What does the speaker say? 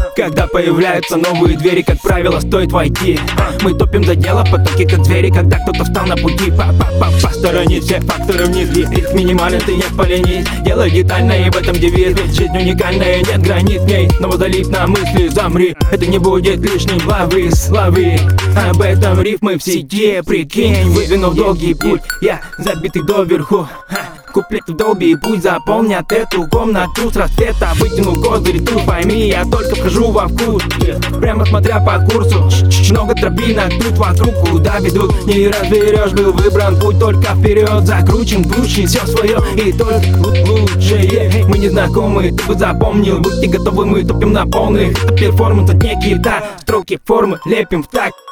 Когда появляются новые двери, как правило, стоит войти. Мы топим за дело, потоки как звери, когда кто-то встал на пути. Посторонись все факторы вниз, риск минимален, ты не поленись. Дело детальное, и в этом девиз. Ведь жизнь уникальная, нет границ в ней. Но водолив на мысли, замри, это не будет лишним. Лови, слови, об этом рифмы в сети. Прикинь, выдвинув долгий путь, я забитый доверху. Куплеты в долбе и пусть заполнят эту комнату с рассвета. Вытяну козырь, тут пойми, я только вхожу во вкус. Прямо смотря по курсу, много тропинок тут вокруг, куда ведут не разберешь. Был выбран путь только вперед, закручен круче все свое и только лучшее. Мы не знакомы, ты бы запомнил, будьте готовы, мы топим на полных. Это перформанс, это не гитара, строки формы лепим в такт.